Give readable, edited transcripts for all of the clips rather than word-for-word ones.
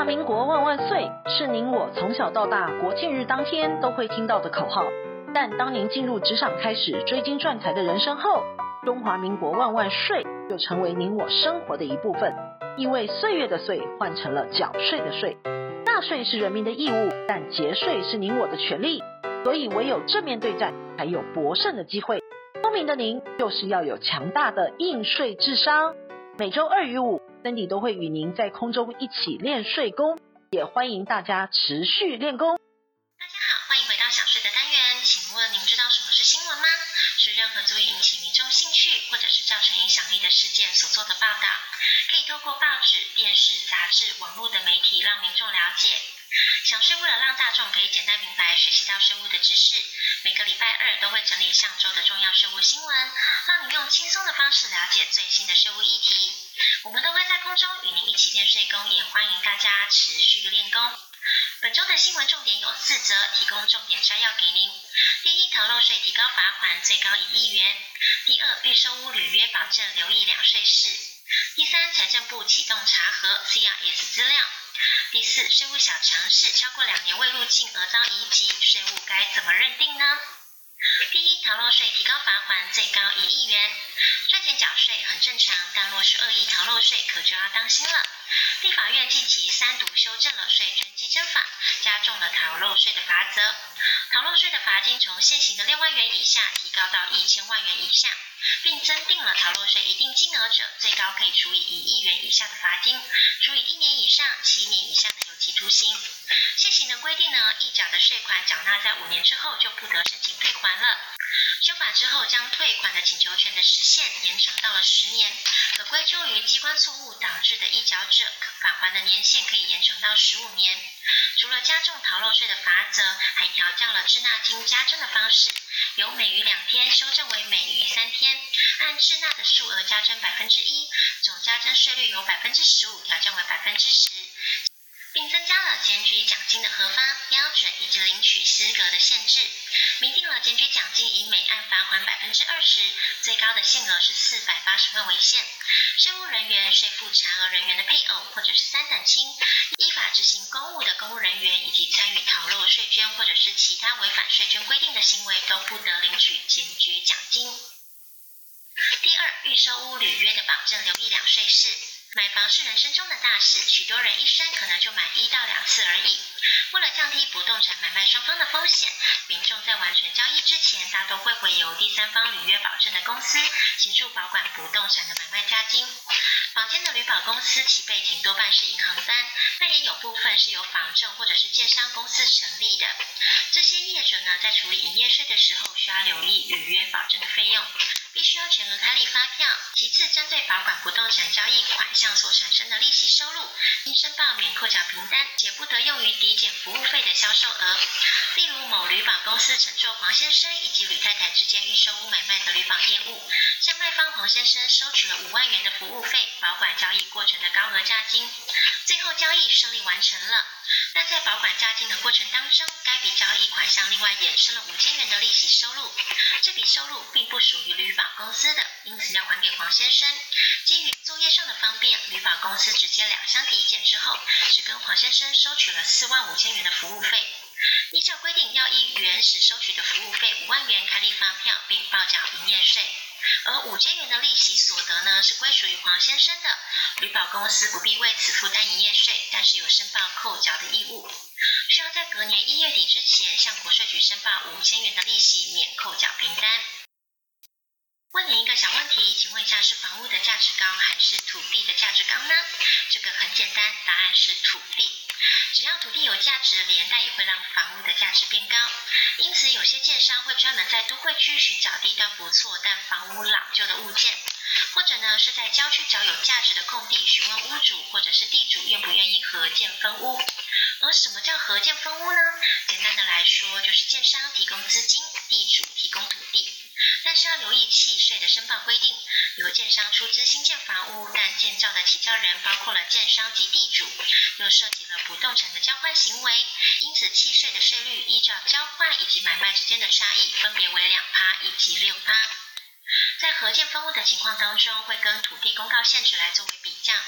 华民国万万岁是您我从小到大国庆日当天都会听到的口号，但当您进入职场开始追金赚财的人生后，中华民国万万税就成为您我生活的一部分。因为岁月的岁换成了缴税的税，纳税是人民的义务，但节税是您我的权利，所以唯有正面对战，才有博胜的机会。聪明的您就是要有强大的应税智商。每周2与5 Cindy 都会与您在空中一起练税功，也欢迎大家持续练功。 大家好，欢迎回到小税的单元。请问您知道什么是新闻吗？是任何足以引起民众兴趣或者是造成影响力的事件所做的报道，可以透过报纸、电视、杂志、网络的媒体让民众了解。小税为了让大众可以简单明白学习到税务的知识，每个礼拜2都会整理上周的重要税务新闻，让您用轻松的方式了解最新的税务议题。我们都会在空中与您一起练税功，也欢迎大家持续练功。本周的新闻重点有4则，提供重点摘要给您。第一，逃漏税提高罚锾最高1亿元。第二，预售屋履约保证留意两税事。第三，财政部启动查核 CRS 资料。第四，税务小常识，超过2年未入境而遭移籍，税务该怎么认定呢？第一，逃漏税提高罚锾最高1亿元。赚钱缴税很正常，但若是恶意逃漏税，可就要当心了。立法院近期3读修正了税捐稽征法，加重了逃漏税的罚则。逃漏税的罚金从现行的6万元以下提高到1000万元以下，并增订了逃漏税一定金额者，最高可以处以1亿元以下的罚金，处以1年以上7年以下的有期徒刑。现行的规定呢，已缴的税款缴纳在5年之后就不得申请退还了。修法之后，将退款的请求权的时限延长到了10年，可归咎于机关错误导致的已缴者，返还的年限可以延长到15年。除了加重逃漏税的罚则，还调降了滞纳金加征的方式，由每逾2天修正为每逾3天，按滞纳的数额加征1%，总加征税率由15%调降为10%。并增加了检举奖金的核发标准以及领取资格的限制，明定了检举奖金以每案罚锾20%，最高的限额是480万为限。税务人员、税负查核人员的配偶或者是3等亲，依法执行公务的公务人员以及参与逃漏税捐或者是其他违反税捐规定的行为，都不得领取检举奖金。第二，预售屋履约的保证留意两税事。买房是人生中的大事，许多人一生可能就买1到2次而已。为了降低不动产买卖双方的风险，民众在完成交易之前，大都会委由第三方履约保证的公司协助保管不动产的买卖价金。坊间的履保公司其背景多半是银行端，但也有部分是由房仲或者是建商公司成立的。这些业者呢，在处理营业税的时候，需要留意履约保证的费用，必须要全额开立发票。其次，针对保管不动产交易款项所产生的利息收入，应申报免扣缴凭单，且不得用于抵减服务费的销售额。例如，某履保公司承做黄先生以及吕太太之间预售屋买卖的履保业务，向卖方黄先生收取了5万元的服务费，保管交易过程的高额价金。最后交易顺利完成了，但在保管价金的过程当中，该笔交易款项另外衍生了5000元的利息收入，这笔收入并不属于履保公司的，因此要还给黄先生。基于作业上的方便，履保公司直接2项抵减之后，只跟黄先生收取了45000元的服务费。依照规定，要依原始收取的服务费5万元开立发票，并报缴营业税。而5000元的利息所得呢，是归属于黄先生的，履保公司不必为此负担营业税，但是有申报扣缴的义务，需要在隔年1月底之前向国税局申报5000元的利息免扣缴凭单。问您一个小问题，请问一下，是房屋的价值高还是土地的价值高呢？这个很简单，答案是土地。只要土地有价值，连带也会让房屋的价值变高。因此，有些建商会专门在都会区寻找地段不错但房屋老旧的物件，或者呢是在郊区较有价值的空地询问屋主或者是地主愿不愿意合建分屋。而什么叫合建分屋呢？简单的来说，就是建商提供资金，地主提供土地。但是要留意契税的申报规定，由建商出资新建房屋，但建造的起造人包括了建商及地主，又涉及了不动产的交换行为，因此契税的税率依照交换以及买卖之间的差异，分别为2%以及6%。在合建分屋的情况当中，会跟土地公告现值来作为比较。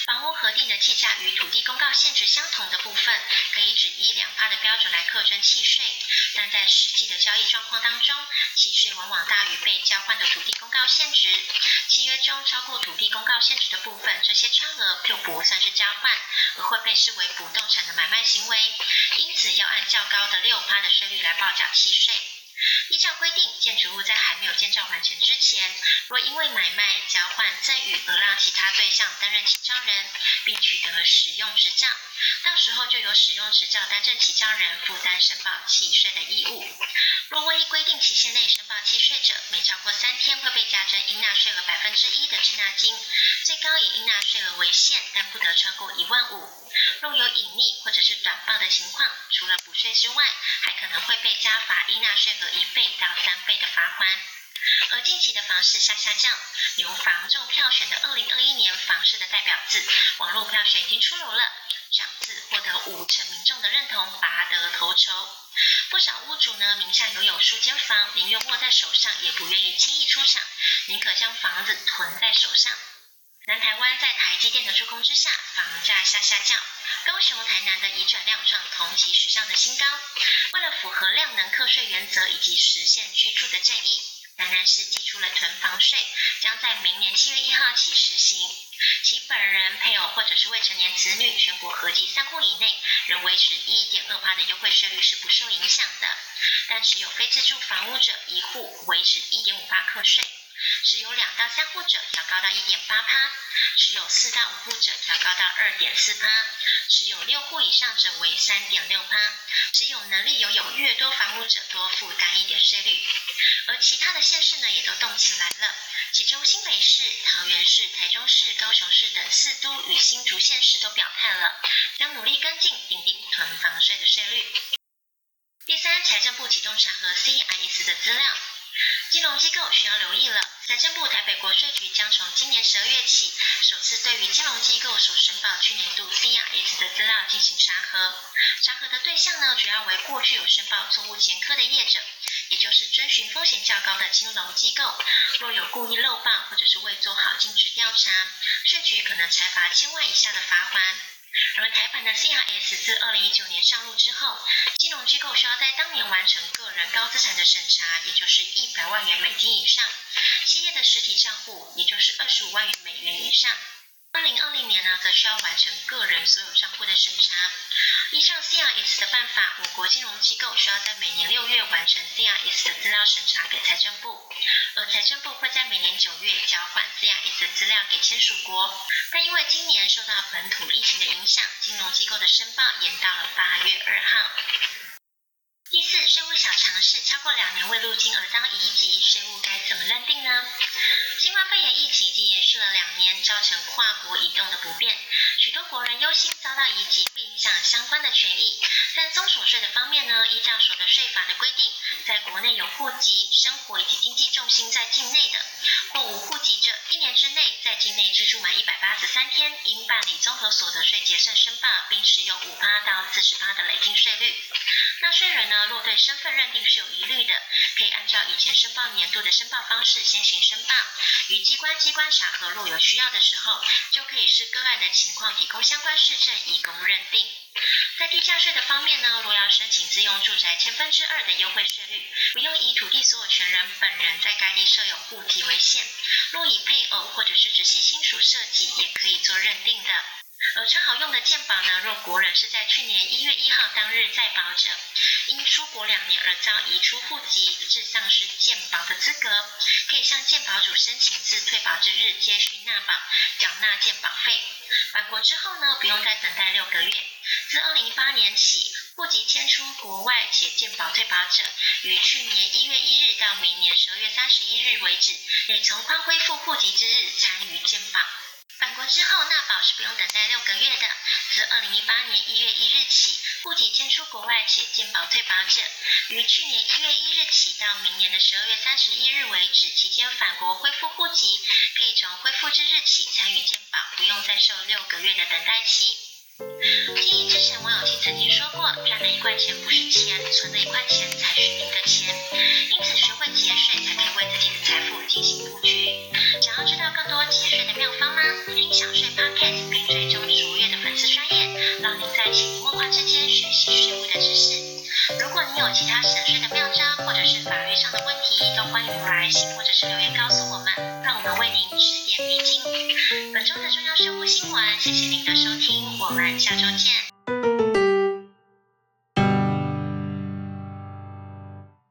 房屋核定的计价与土地公告现值相同的部分，可以只依2%的标准来课征契税，但在实际的交易状况当中，契税往往大于被交换的土地公告现值。契约中超过土地公告现值的部分，这些差额就不算是交换，而会被视为不动产的买卖行为，因此要按较高的6%的税率来报缴契税。依照规定，建筑物在还没有建造完成之前，若因为买卖、交换、赠与而让其他对象担任起造人，并取得了使用执照，到时候就由使用执照担任起造人负担申报契税的义务。若未依规定期限内申报契税者，每超过3天会被加征应纳税额1%的滞纳金，最高以应纳税额为限，但不得超过15000。若有隐匿或者是短报的情况，除了补税之外，还可能会被加罚应纳税额1倍到3倍的罚锾。而近期的房市下降，由房仲票选的2021年房市的代表字网络票选已经出炉了，长字获得50%民众的认同，拔得头筹。不少屋主呢名下拥有数间房，宁愿握在手上，也不愿意轻易出场，宁可将房子囤在手上。南台湾在台积电的助攻之下，房价下降，高雄、台南的移转量创同期史上的新高。为了符合量能课税原则以及实现居住的正义，台南市祭出了囤房税，将在明年7月1号起实行。其本人、配偶或者是未成年子女，全国合计3户以内，仍维持1.2%的优惠税率是不受影响的。但持有非自住房屋者，1户维持1.5%课税。持有2到3户者调高到1.8%，持有4到5户者调高到2.4%，持有6户以上者为3.6%，只有能力拥有越多房屋者多负担一点税率。而其他的县市呢也都动起来了，其中新北市、桃园市、台中市、高雄市等4都与新竹县市都表态了，将努力跟进订定囤房税的税率。第三，财政部启动查核 CIS 的资料。金融机构需要留意了，财政部台北国税局将从今年12月起，首次对于金融机构所申报去年度 CIS 的资料进行查核。查核的对象呢，主要为过去有申报错误前科的业者，也就是遵循风险较高的金融机构。若有故意漏报或者是未做好尽职调查，税局可能裁罚1000万以下的罚锾。而台版的 CRS 自2019年上路之后，金融机构需要在当年完成个人高资产的审查，也就是100万元美金以上；企业的实体账户，也就是25万元美元以上。2020年呢，则需要完成个人所有账户的审查。依照 CRS 的办法，我国金融机构需要在每年6月完成 CRS 的资料审查给财政部，而财政部会在每年9月交换 CRS 的资料给签署国。但因为今年受到本土疫情的影响，金融机构的申报延到了8月2号。第四，税务小常识，超过2年未入境而遭移籍，税务该怎么认定呢？新冠肺炎疫情已经延续了2年，造成跨国移动的不便，许多国人忧心遭到移籍会影响相关的权益。但综所税的方面呢，依照所得税法的规定，在国内有户籍、生活以及经济重心在境内的，或无户籍者，1年之内在境内居住满183天，应办理综合所得税结算申报，并适用5%到40%的累进税率。纳税人呢，若对身份认定是有疑虑的，可以按照以前申报年度的申报方式先行申报，与机关查核，若有需要的时候，就可以视个案的情况提供相关事证以供认定。在地价税的方面呢，若要申请自用住宅2/1000的优惠税率，不用以土地所有权人本人在该地设有户籍为限，若以配偶或者是直系亲属涉及，也可以做认定的。而超好用的健保呢，若国人是在去年1月1号当日在保者，因出国2年而遭移出户籍，致丧失健保的资格，可以向健保主申请自退保之日接续纳保，缴纳健保费。返国之后呢，不用再等待6个月。自2018年起，户籍迁出国外且健保退保者，于去年1月1日到明年12月31日为止，得从宽恢复户籍之日参与健保。返国之后纳保是不用等待6个月的，自2018年1月1日起，户籍迁出国外且健保退保者，于去年1月1日起到明年的12月31日为止，期间返国恢复户籍，可以从恢复之日起参与健保，不用再受6个月的等待期。记忆之前王永庆曾经说过，赚了1块钱不是钱，存了1块钱才是您的钱。因此学会节税，才可以为自己的财富进行布局。想要知道更多节税的妙方吗？听小税吧。 Podcast， 并追踪卓越的粉丝专页，让您在潜移默化之间学习税务的知识。如果你有其他省税的妙招，或者是法律上的问题，都欢迎来信或者是留言告诉我们，让我们为您指点迷津。本周的重要税务新闻，谢谢您的收听，我们下周见。